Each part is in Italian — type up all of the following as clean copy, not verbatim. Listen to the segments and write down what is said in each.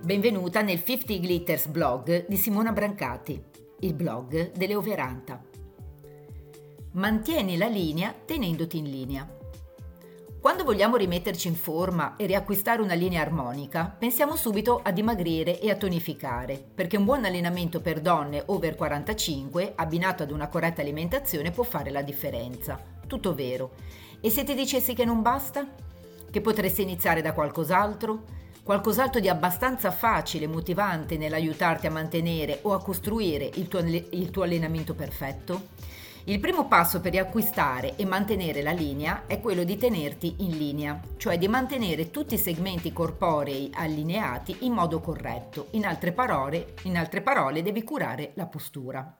Benvenuta nel 50 Glitters blog di Simona Brancati, il blog delle Overanta. Mantieni la linea tenendoti in linea. Quando vogliamo rimetterci in forma e riacquistare una linea armonica, pensiamo subito a dimagrire e a tonificare, perché un buon allenamento per donne over 45, abbinato ad una corretta alimentazione, può fare la differenza. Tutto vero. E se ti dicessi che non basta? Che potresti iniziare da qualcos'altro? Qualcos'altro di abbastanza facile e motivante nell'aiutarti a mantenere o a costruire il tuo allenamento perfetto? Il primo passo per riacquistare e mantenere la linea è quello di tenerti in linea, cioè di mantenere tutti i segmenti corporei allineati in modo corretto. In altre parole, devi curare la postura.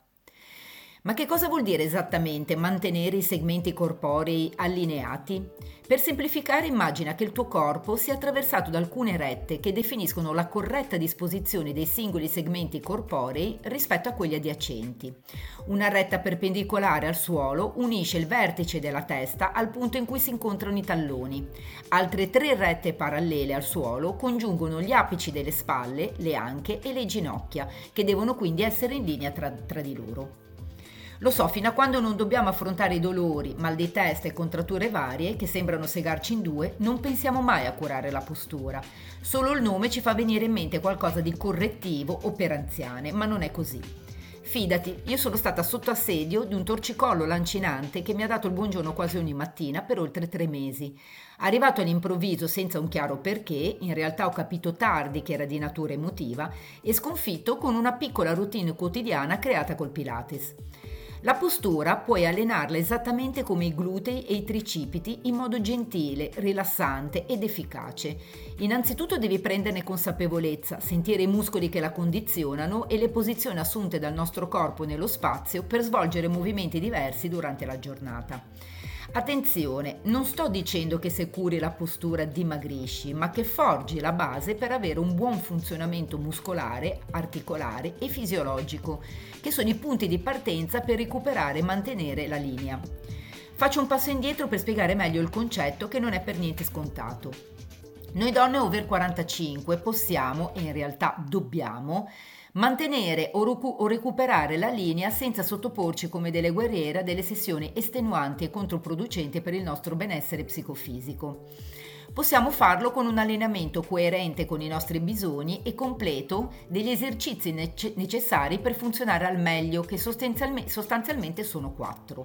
Ma che cosa vuol dire esattamente mantenere i segmenti corporei allineati? Per semplificare, immagina che il tuo corpo sia attraversato da alcune rette che definiscono la corretta disposizione dei singoli segmenti corporei rispetto a quelli adiacenti. Una retta perpendicolare al suolo unisce il vertice della testa al punto in cui si incontrano i talloni. Altre 3 rette parallele al suolo congiungono gli apici delle spalle, le anche e le ginocchia, che devono quindi essere in linea tra di loro. Lo so, fino a quando non dobbiamo affrontare i dolori, mal di testa e contratture varie che sembrano segarci in due, non pensiamo mai a curare la postura. Solo il nome ci fa venire in mente qualcosa di correttivo o per anziane, ma non è così. Fidati, io sono stata sotto assedio di un torcicollo lancinante che mi ha dato il buongiorno quasi ogni mattina per oltre 3 mesi. Arrivato all'improvviso senza un chiaro perché, in realtà ho capito tardi che era di natura emotiva, e sconfitto con una piccola routine quotidiana creata col Pilates. La postura puoi allenarla esattamente come i glutei e i tricipiti in modo gentile, rilassante ed efficace. Innanzitutto devi prenderne consapevolezza, sentire i muscoli che la condizionano e le posizioni assunte dal nostro corpo nello spazio per svolgere movimenti diversi durante la giornata. Attenzione, non sto dicendo che se curi la postura dimagrisci, ma che forgi la base per avere un buon funzionamento muscolare, articolare e fisiologico, che sono i punti di partenza per recuperare e mantenere la linea. Faccio un passo indietro per spiegare meglio il concetto che non è per niente scontato. Noi donne over 45 possiamo, e in realtà dobbiamo, mantenere o recuperare la linea senza sottoporci come delle guerriere a delle sessioni estenuanti e controproducenti per il nostro benessere psicofisico. Possiamo farlo con un allenamento coerente con i nostri bisogni e completo degli esercizi necessari per funzionare al meglio, che sostanzialmente sono 4.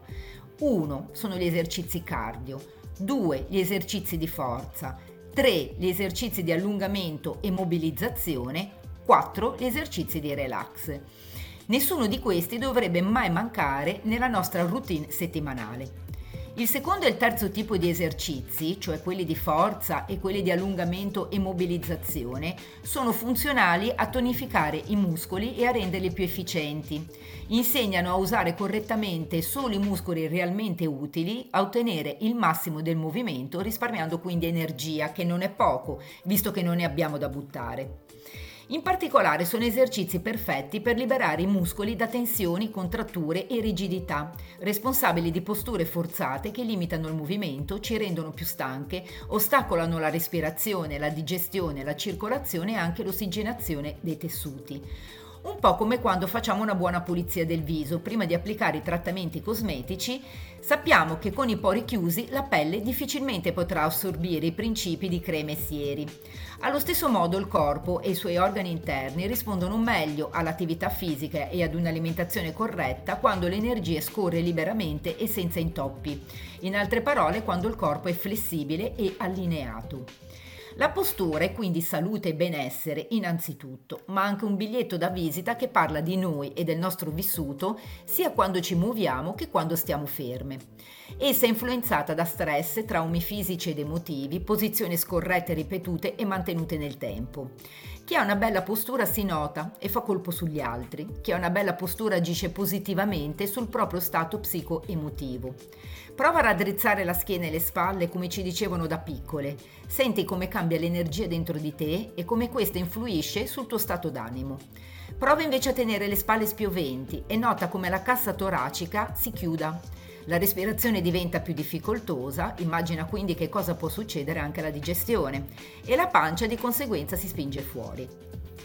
1. Sono gli esercizi cardio. 2. Gli esercizi di forza. 3. Gli esercizi di allungamento e mobilizzazione. 4. Gli esercizi di relax. Nessuno di questi dovrebbe mai mancare nella nostra routine settimanale. Il secondo e il terzo tipo di esercizi, cioè quelli di forza e quelli di allungamento e mobilizzazione, sono funzionali a tonificare i muscoli e a renderli più efficienti. Insegnano a usare correttamente solo i muscoli realmente utili, a ottenere il massimo del movimento, risparmiando quindi energia, che non è poco, visto che non ne abbiamo da buttare. In particolare sono esercizi perfetti per liberare i muscoli da tensioni, contratture e rigidità, responsabili di posture forzate che limitano il movimento, ci rendono più stanche, ostacolano la respirazione, la digestione, la circolazione e anche l'ossigenazione dei tessuti. Un po' come quando facciamo una buona pulizia del viso. Prima di applicare i trattamenti cosmetici, sappiamo che con i pori chiusi la pelle difficilmente potrà assorbire i principi di creme e sieri. Allo stesso modo il corpo e i suoi organi interni rispondono meglio all'attività fisica e ad un'alimentazione corretta quando l'energia scorre liberamente e senza intoppi. In altre parole, quando il corpo è flessibile e allineato. La postura è quindi salute e benessere innanzitutto, ma anche un biglietto da visita che parla di noi e del nostro vissuto sia quando ci muoviamo che quando stiamo ferme. Essa è influenzata da stress, traumi fisici ed emotivi, posizioni scorrette ripetute e mantenute nel tempo. Chi ha una bella postura si nota e fa colpo sugli altri. Chi ha una bella postura agisce positivamente sul proprio stato psico-emotivo. Prova a raddrizzare la schiena e le spalle come ci dicevano da piccole. Senti come cambia l'energia dentro di te e come questa influisce sul tuo stato d'animo. Prova invece a tenere le spalle spioventi e nota come la cassa toracica si chiuda. La respirazione diventa più difficoltosa, immagina quindi che cosa può succedere anche alla digestione, e la pancia di conseguenza si spinge fuori.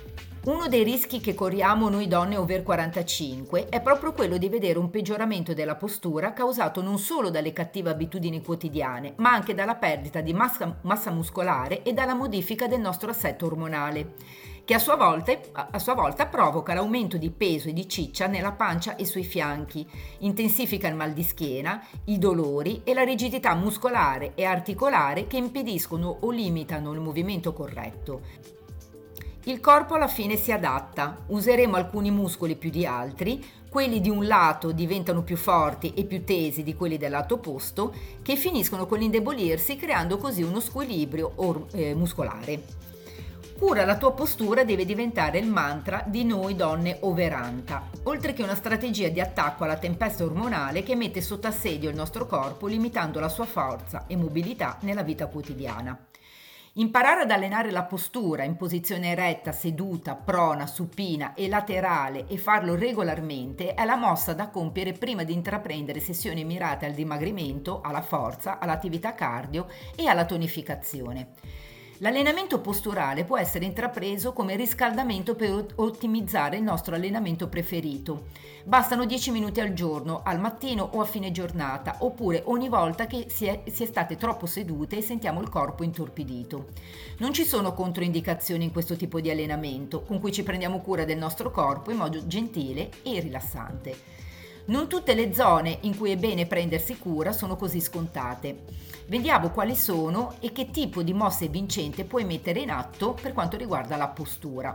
Uno dei rischi che corriamo noi donne over 45 è proprio quello di vedere un peggioramento della postura causato non solo dalle cattive abitudini quotidiane, ma anche dalla perdita di massa muscolare e dalla modifica del nostro assetto ormonale, che a sua volta provoca l'aumento di peso e di ciccia nella pancia e sui fianchi, intensifica il mal di schiena, i dolori e la rigidità muscolare e articolare che impediscono o limitano il movimento corretto. Il corpo alla fine si adatta, useremo alcuni muscoli più di altri, quelli di un lato diventano più forti e più tesi di quelli del lato opposto, che finiscono con l'indebolirsi creando così uno squilibrio muscolare. Cura la tua postura deve diventare il mantra di noi donne overanta, oltre che una strategia di attacco alla tempesta ormonale che mette sotto assedio il nostro corpo limitando la sua forza e mobilità nella vita quotidiana. Imparare ad allenare la postura in posizione eretta, seduta, prona, supina e laterale e farlo regolarmente è la mossa da compiere prima di intraprendere sessioni mirate al dimagrimento, alla forza, all'attività cardio e alla tonificazione. L'allenamento posturale può essere intrapreso come riscaldamento per ottimizzare il nostro allenamento preferito. Bastano 10 minuti al giorno, al mattino o a fine giornata, oppure ogni volta che si è state troppo sedute e sentiamo il corpo intorpidito. Non ci sono controindicazioni in questo tipo di allenamento, con cui ci prendiamo cura del nostro corpo in modo gentile e rilassante. Non tutte le zone in cui è bene prendersi cura sono così scontate. Vediamo quali sono e che tipo di mosse vincente puoi mettere in atto per quanto riguarda la postura.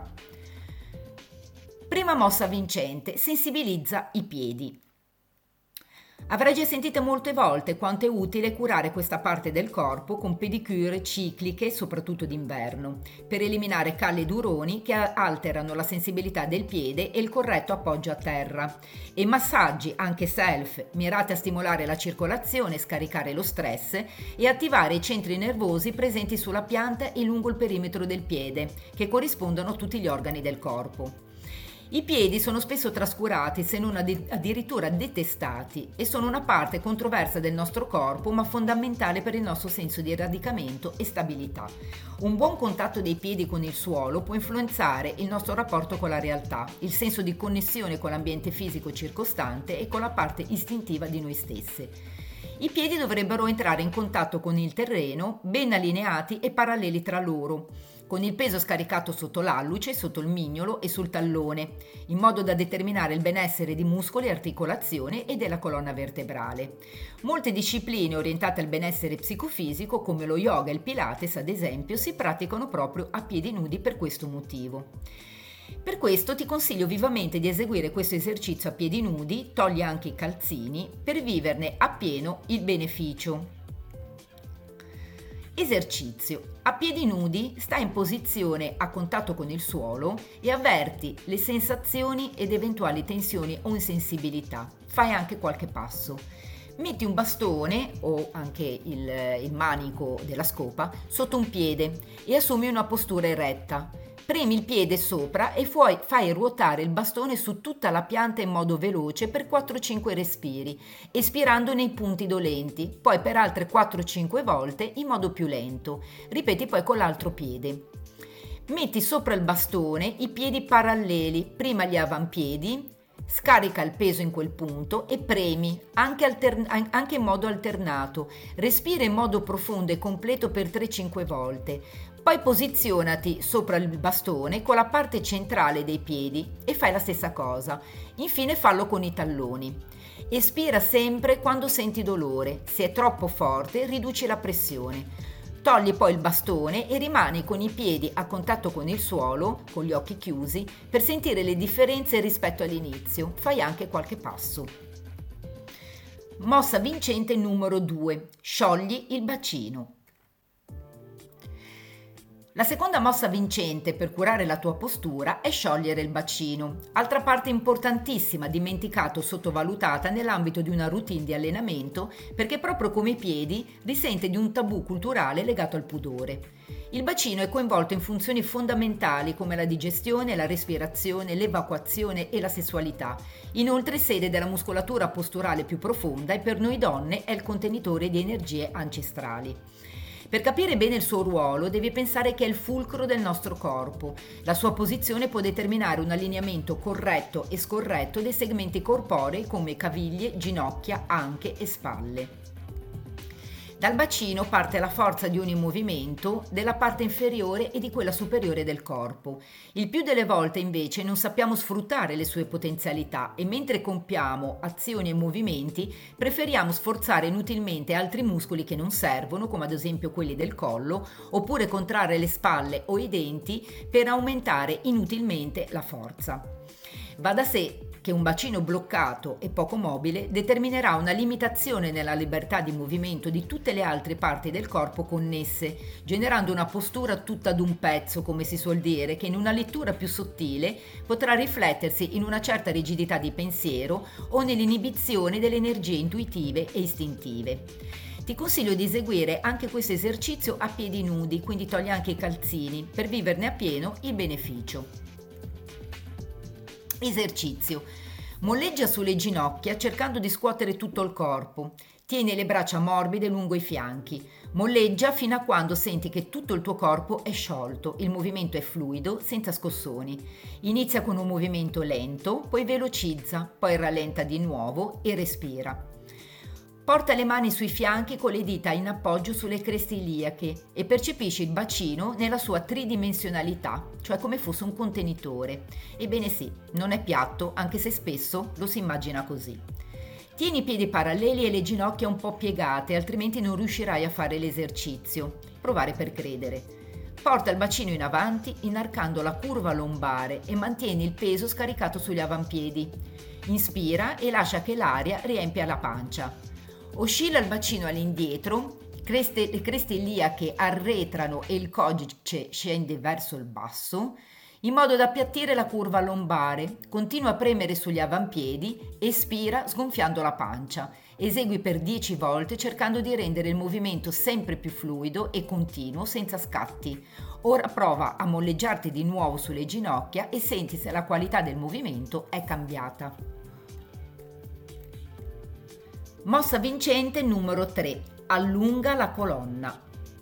Prima mossa vincente: sensibilizza i piedi. Avrai già sentito molte volte quanto è utile curare questa parte del corpo con pedicure cicliche, soprattutto d'inverno, per eliminare calli e duroni che alterano la sensibilità del piede e il corretto appoggio a terra, e massaggi, anche self, mirati a stimolare la circolazione, scaricare lo stress e attivare i centri nervosi presenti sulla pianta e lungo il perimetro del piede, che corrispondono a tutti gli organi del corpo. I piedi sono spesso trascurati, se non addirittura detestati, e sono una parte controversa del nostro corpo, ma fondamentale per il nostro senso di radicamento e stabilità. Un buon contatto dei piedi con il suolo può influenzare il nostro rapporto con la realtà, il senso di connessione con l'ambiente fisico circostante e con la parte istintiva di noi stesse. I piedi dovrebbero entrare in contatto con il terreno, ben allineati e paralleli tra loro, con il peso scaricato sotto l'alluce, sotto il mignolo e sul tallone, in modo da determinare il benessere di muscoli, articolazione e della colonna vertebrale. Molte discipline orientate al benessere psicofisico, come lo yoga e il Pilates, ad esempio, si praticano proprio a piedi nudi per questo motivo. Per questo ti consiglio vivamente di eseguire questo esercizio a piedi nudi, togli anche i calzini, per viverne appieno il beneficio. Esercizio. A piedi nudi stai in posizione a contatto con il suolo e avverti le sensazioni ed eventuali tensioni o insensibilità. Fai anche qualche passo. Metti un bastone o anche il manico della scopa sotto un piede e assumi una postura eretta. Premi il piede sopra e fai ruotare il bastone su tutta la pianta in modo veloce per 4-5 respiri, espirando nei punti dolenti, poi per altre 4-5 volte in modo più lento. Ripeti poi con l'altro piede. Metti sopra il bastone i piedi paralleli, prima gli avampiedi, scarica il peso in quel punto e premi, anche in modo alternato. Respira in modo profondo e completo per 3-5 volte. Poi posizionati sopra il bastone con la parte centrale dei piedi e fai la stessa cosa. Infine fallo con i talloni. Espira sempre quando senti dolore. Se è troppo forte, riduci la pressione. Togli poi il bastone e rimani con i piedi a contatto con il suolo, con gli occhi chiusi, per sentire le differenze rispetto all'inizio. Fai anche qualche passo. Mossa vincente numero 2. Sciogli il bacino. La seconda mossa vincente per curare la tua postura è sciogliere il bacino, altra parte importantissima, dimenticata o sottovalutata nell'ambito di una routine di allenamento, perché proprio come i piedi risente di un tabù culturale legato al pudore. Il bacino è coinvolto in funzioni fondamentali come la digestione, la respirazione, l'evacuazione e la sessualità. Inoltre sede della muscolatura posturale più profonda e per noi donne è il contenitore di energie ancestrali. Per capire bene il suo ruolo devi pensare che è il fulcro del nostro corpo. La sua posizione può determinare un allineamento corretto e scorretto dei segmenti corporei come caviglie, ginocchia, anche e spalle. Dal bacino parte la forza di ogni movimento della parte inferiore e di quella superiore del corpo. Il più delle volte invece non sappiamo sfruttare le sue potenzialità e mentre compiamo azioni e movimenti preferiamo sforzare inutilmente altri muscoli che non servono, come ad esempio quelli del collo, oppure contrarre le spalle o i denti per aumentare inutilmente la forza. Va da sé che un bacino bloccato e poco mobile determinerà una limitazione nella libertà di movimento di tutte le altre parti del corpo connesse, generando una postura tutta d'un pezzo, come si suol dire, che in una lettura più sottile potrà riflettersi in una certa rigidità di pensiero o nell'inibizione delle energie intuitive e istintive. Ti consiglio di eseguire anche questo esercizio a piedi nudi, quindi togli anche i calzini, per viverne appieno il beneficio. Esercizio. Molleggia sulle ginocchia cercando di scuotere tutto il corpo. Tieni le braccia morbide lungo i fianchi. Molleggia fino a quando senti che tutto il tuo corpo è sciolto, il movimento è fluido, senza scossoni. Inizia con un movimento lento, poi velocizza, poi rallenta di nuovo e respira. Porta le mani sui fianchi con le dita in appoggio sulle creste iliache e percepisci il bacino nella sua tridimensionalità, cioè come fosse un contenitore. Ebbene sì, non è piatto, anche se spesso lo si immagina così. Tieni i piedi paralleli e le ginocchia un po' piegate, altrimenti non riuscirai a fare l'esercizio. Provare per credere. Porta il bacino in avanti, inarcando la curva lombare e mantieni il peso scaricato sugli avampiedi. Inspira e lascia che l'aria riempia la pancia. Oscilla il bacino all'indietro, le creste iliache arretrano e il codice scende verso il basso, in modo da appiattire la curva lombare. Continua a premere sugli avampiedi, espira sgonfiando la pancia. Esegui per 10 volte cercando di rendere il movimento sempre più fluido e continuo senza scatti. Ora prova a molleggiarti di nuovo sulle ginocchia e senti se la qualità del movimento è cambiata. Mossa vincente numero 3. Allunga la colonna.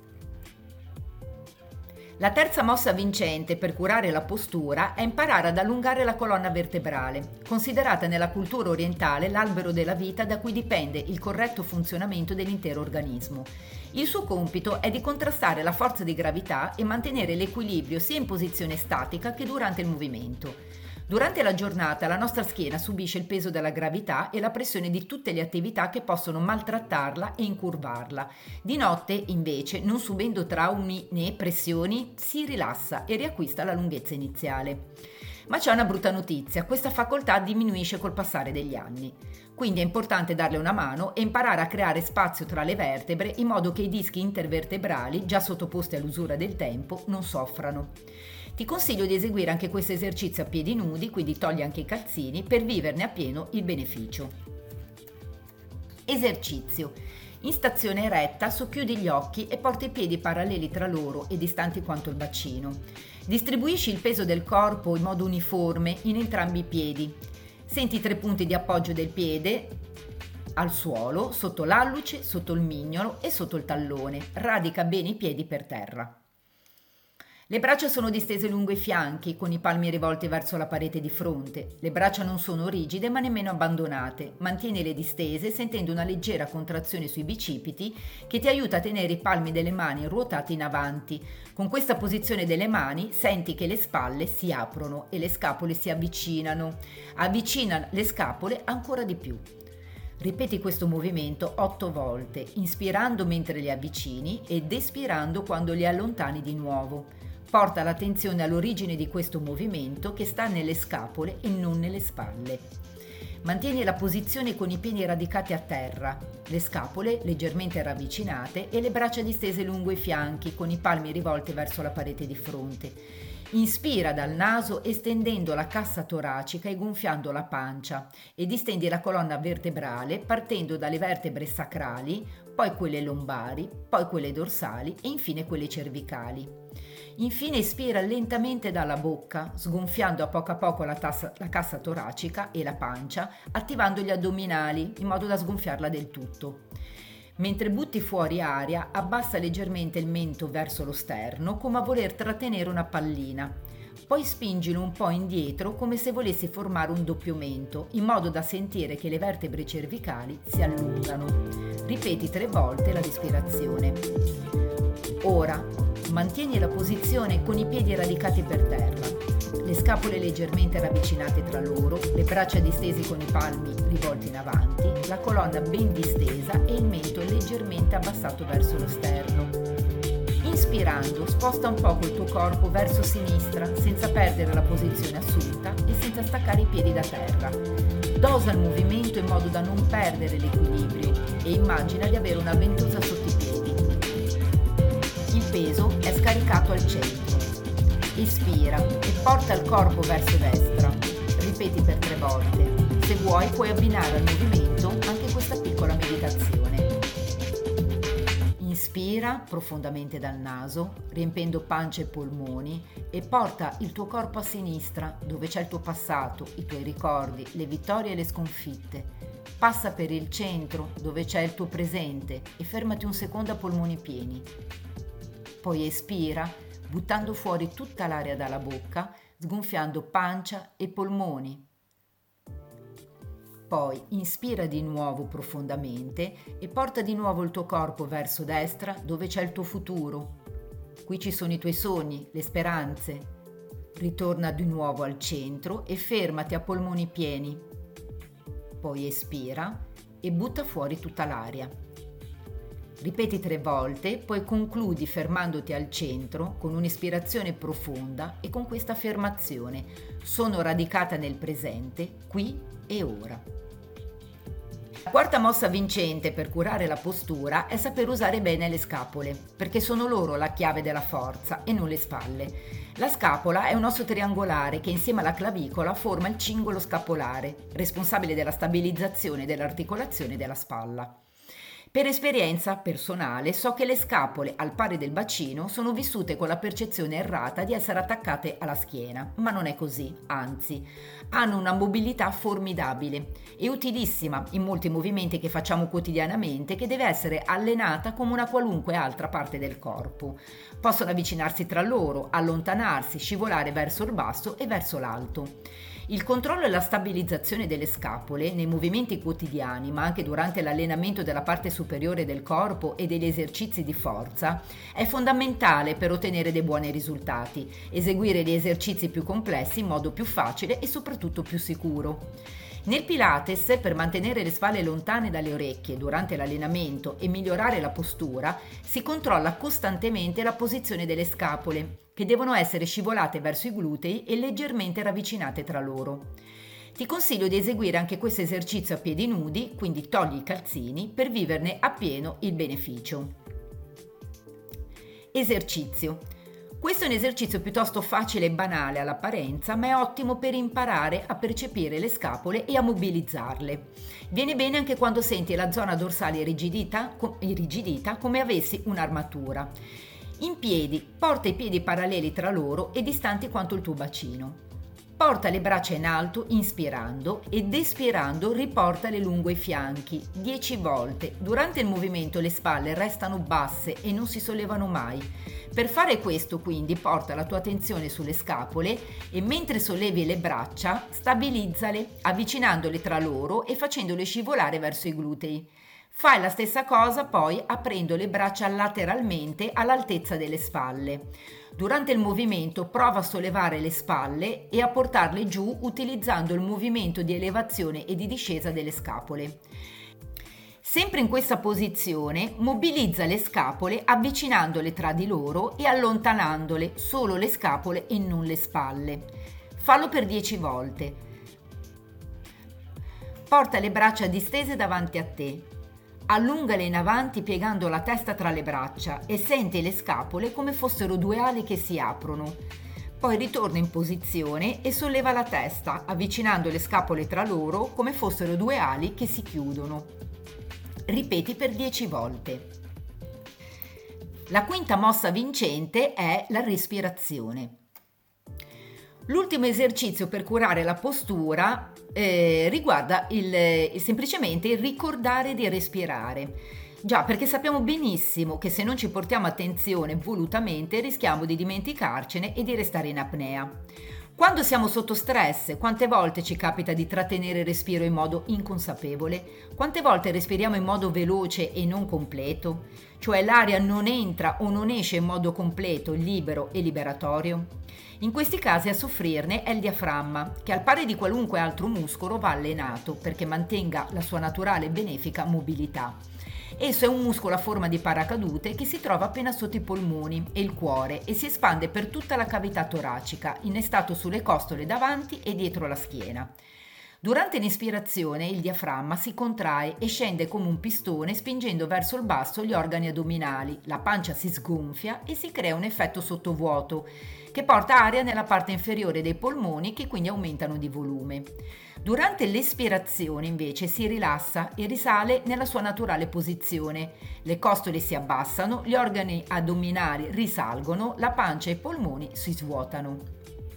La terza mossa vincente per curare la postura è imparare ad allungare la colonna vertebrale, considerata nella cultura orientale l'albero della vita da cui dipende il corretto funzionamento dell'intero organismo. Il suo compito è di contrastare la forza di gravità e mantenere l'equilibrio sia in posizione statica che durante il movimento. Durante la giornata la nostra schiena subisce il peso della gravità e la pressione di tutte le attività che possono maltrattarla e incurvarla. Di notte, invece, non subendo traumi né pressioni, si rilassa e riacquista la lunghezza iniziale. Ma c'è una brutta notizia, questa facoltà diminuisce col passare degli anni. Quindi è importante darle una mano e imparare a creare spazio tra le vertebre in modo che i dischi intervertebrali, già sottoposti all'usura del tempo, non soffrano. Ti consiglio di eseguire anche questo esercizio a piedi nudi, quindi togli anche i calzini, per viverne appieno il beneficio. Esercizio. In stazione eretta socchiudi gli occhi e porta i piedi paralleli tra loro e distanti quanto il bacino. Distribuisci il peso del corpo in modo uniforme in entrambi i piedi. Senti i 3 punti di appoggio del piede al suolo, sotto l'alluce, sotto il mignolo e sotto il tallone. Radica bene i piedi per terra. Le braccia sono distese lungo i fianchi, con i palmi rivolti verso la parete di fronte. Le braccia non sono rigide ma nemmeno abbandonate. Mantienile distese sentendo una leggera contrazione sui bicipiti che ti aiuta a tenere i palmi delle mani ruotati in avanti. Con questa posizione delle mani senti che le spalle si aprono e le scapole si avvicinano. Avvicina le scapole ancora di più. Ripeti questo movimento 8 volte, inspirando mentre le avvicini ed espirando quando le allontani di nuovo. Porta l'attenzione all'origine di questo movimento che sta nelle scapole e non nelle spalle. Mantieni la posizione con i piedi radicati a terra, le scapole leggermente ravvicinate e le braccia distese lungo i fianchi con i palmi rivolti verso la parete di fronte. Inspira dal naso estendendo la cassa toracica e gonfiando la pancia e distendi la colonna vertebrale partendo dalle vertebre sacrali, poi quelle lombari, poi quelle dorsali e infine quelle cervicali. Infine espira lentamente dalla bocca, sgonfiando a poco la cassa toracica e la pancia, attivando gli addominali in modo da sgonfiarla del tutto. Mentre butti fuori aria, abbassa leggermente il mento verso lo sterno come a voler trattenere una pallina. Poi spingilo un po' indietro come se volessi formare un doppio mento, in modo da sentire che le vertebre cervicali si allungano. Ripeti 3 volte la respirazione. Ora, mantieni la posizione con i piedi radicati per terra, le scapole leggermente ravvicinate tra loro, le braccia distese con i palmi rivolti in avanti, la colonna ben distesa e il mento leggermente abbassato verso lo sterno. Inspirando, sposta un po' il tuo corpo verso sinistra senza perdere la posizione assunta e senza staccare i piedi da terra. Dosa il movimento in modo da non perdere l'equilibrio e immagina di avere una ventosa sotto i piedi. Il peso è scaricato al centro. Espira e porta il corpo verso destra. Ripeti per 3 volte. Se vuoi puoi abbinare al movimento anche questa piccola meditazione. Inspira profondamente dal naso, riempendo pancia e polmoni, e porta il tuo corpo a sinistra, dove c'è il tuo passato, i tuoi ricordi, le vittorie e le sconfitte. Passa per il centro, dove c'è il tuo presente, e fermati un secondo a polmoni pieni. Poi espira, buttando fuori tutta l'aria dalla bocca, sgonfiando pancia e polmoni. Poi inspira di nuovo profondamente e porta di nuovo il tuo corpo verso destra, dove c'è il tuo futuro. Qui ci sono i tuoi sogni, le speranze. Ritorna di nuovo al centro e fermati a polmoni pieni. Poi espira e butta fuori tutta l'aria. Ripeti 3 volte, poi concludi fermandoti al centro con un'ispirazione profonda e con questa affermazione: sono radicata nel presente, qui e ora. La quarta mossa vincente per curare la postura è saper usare bene le scapole, perché sono loro la chiave della forza e non le spalle. La scapola è un osso triangolare che insieme alla clavicola forma il cingolo scapolare, responsabile della stabilizzazione dell'articolazione della spalla. Per esperienza personale so che le scapole, al pari del bacino, sono vissute con la percezione errata di essere attaccate alla schiena, ma non è così, anzi, hanno una mobilità formidabile e utilissima in molti movimenti che facciamo quotidianamente, che deve essere allenata come una qualunque altra parte del corpo. Possono avvicinarsi tra loro, allontanarsi, scivolare verso il basso e verso l'alto. Il controllo e la stabilizzazione delle scapole nei movimenti quotidiani, ma anche durante l'allenamento della parte superiore del corpo e degli esercizi di forza, è fondamentale per ottenere dei buoni risultati, eseguire gli esercizi più complessi in modo più facile e soprattutto più sicuro. Nel Pilates, per mantenere le spalle lontane dalle orecchie durante l'allenamento e migliorare la postura, si controlla costantemente la posizione delle scapole, che devono essere scivolate verso i glutei e leggermente ravvicinate tra loro. Ti consiglio di eseguire anche questo esercizio a piedi nudi, quindi togli i calzini, per viverne appieno il beneficio. Esercizio. Questo è un esercizio piuttosto facile e banale all'apparenza, ma è ottimo per imparare a percepire le scapole e a mobilizzarle. Viene bene anche quando senti la zona dorsale irrigidita come avessi un'armatura. In piedi, porta i piedi paralleli tra loro e distanti quanto il tuo bacino. Porta le braccia in alto inspirando ed espirando riportale lungo i fianchi 10 volte. Durante il movimento le spalle restano basse e non si sollevano mai. Per fare questo quindi porta la tua attenzione sulle scapole e mentre sollevi le braccia stabilizzale avvicinandole tra loro e facendole scivolare verso i glutei. Fai la stessa cosa poi aprendo le braccia lateralmente all'altezza delle spalle. Durante il movimento prova a sollevare le spalle e a portarle giù utilizzando il movimento di elevazione e di discesa delle scapole. Sempre in questa posizione mobilizza le scapole avvicinandole tra di loro e allontanandole, solo le scapole e non le spalle. Fallo per 10 volte. Porta le braccia distese davanti a te. Allungale in avanti piegando la testa tra le braccia e senti le scapole come fossero 2 ali che si aprono. Poi ritorna in posizione e solleva la testa, avvicinando le scapole tra loro come fossero 2 ali che si chiudono. Ripeti per 10 volte. La quinta mossa vincente è la respirazione. L'ultimo esercizio per curare la postura riguarda semplicemente il ricordare di respirare. Già, perché sappiamo benissimo che se non ci portiamo attenzione volutamente rischiamo di dimenticarcene e di restare in apnea. Quando siamo sotto stress, quante volte ci capita di trattenere il respiro in modo inconsapevole? Quante volte respiriamo in modo veloce e non completo? Cioè l'aria non entra o non esce in modo completo, libero e liberatorio? In questi casi a soffrirne è il diaframma, che al pari di qualunque altro muscolo va allenato perché mantenga la sua naturale e benefica mobilità. Esso è un muscolo a forma di paracadute che si trova appena sotto i polmoni e il cuore e si espande per tutta la cavità toracica, innestato sulle costole davanti e dietro la schiena. Durante l'inspirazione il diaframma si contrae e scende come un pistone spingendo verso il basso gli organi addominali, la pancia si sgonfia e si crea un effetto sottovuoto che porta aria nella parte inferiore dei polmoni che quindi aumentano di volume. Durante l'espirazione invece si rilassa e risale nella sua naturale posizione. Le costole si abbassano, gli organi addominali risalgono, la pancia e i polmoni si svuotano.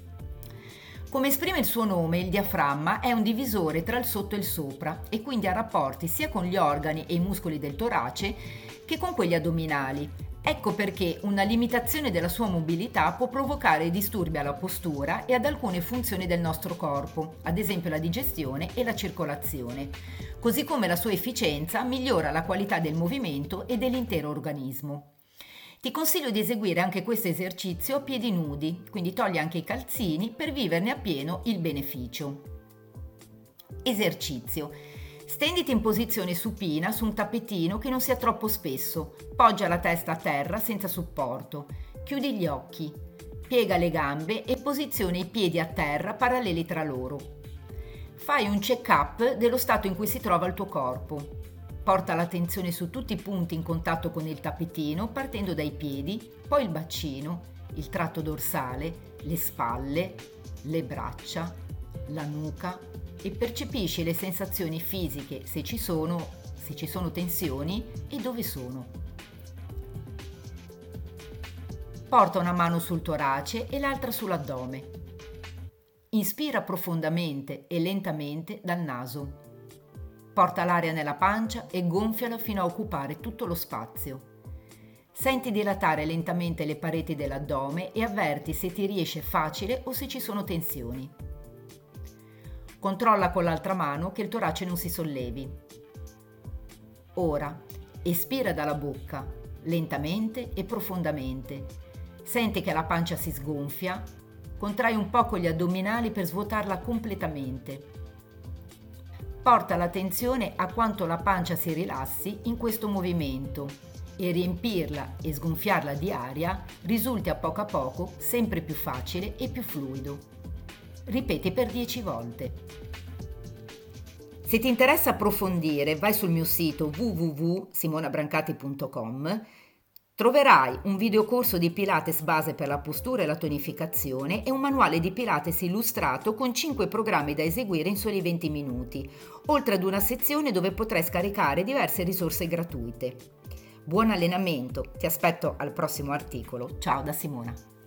Come esprime il suo nome, il diaframma è un divisore tra il sotto e il sopra e quindi ha rapporti sia con gli organi e i muscoli del torace che con quelli addominali. Ecco perché una limitazione della sua mobilità può provocare disturbi alla postura e ad alcune funzioni del nostro corpo, ad esempio la digestione e la circolazione, così come la sua efficienza migliora la qualità del movimento e dell'intero organismo. Ti consiglio di eseguire anche questo esercizio a piedi nudi, quindi togli anche i calzini per viverne appieno il beneficio. Esercizio. Stenditi in posizione supina su un tappetino che non sia troppo spesso, poggia la testa a terra senza supporto, chiudi gli occhi, piega le gambe e posiziona i piedi a terra paralleli tra loro. Fai un check-up dello stato in cui si trova il tuo corpo. Porta l'attenzione su tutti i punti in contatto con il tappetino partendo dai piedi, poi il bacino, il tratto dorsale, le spalle, le braccia, la nuca e percepisci le sensazioni fisiche se ci sono tensioni e dove sono. Porta una mano sul torace e l'altra sull'addome. Inspira profondamente e lentamente dal naso. Porta l'aria nella pancia e gonfiala fino a occupare tutto lo spazio. Senti dilatare lentamente le pareti dell'addome e avverti se ti riesce facile o se ci sono tensioni. Controlla con l'altra mano che il torace non si sollevi. Ora, espira dalla bocca, lentamente e profondamente. Senti che la pancia si sgonfia, contrai un poco gli addominali per svuotarla completamente. Porta l'attenzione a quanto la pancia si rilassi in questo movimento e riempirla e sgonfiarla di aria risulti a poco sempre più facile e più fluido. Ripeti per 10 volte. Se ti interessa approfondire, vai sul mio sito www.simonabrancati.com. Troverai un videocorso di Pilates base per la postura e la tonificazione e un manuale di Pilates illustrato con 5 programmi da eseguire in soli 20 minuti, oltre ad una sezione dove potrai scaricare diverse risorse gratuite. Buon allenamento, ti aspetto al prossimo articolo. Ciao da Simona.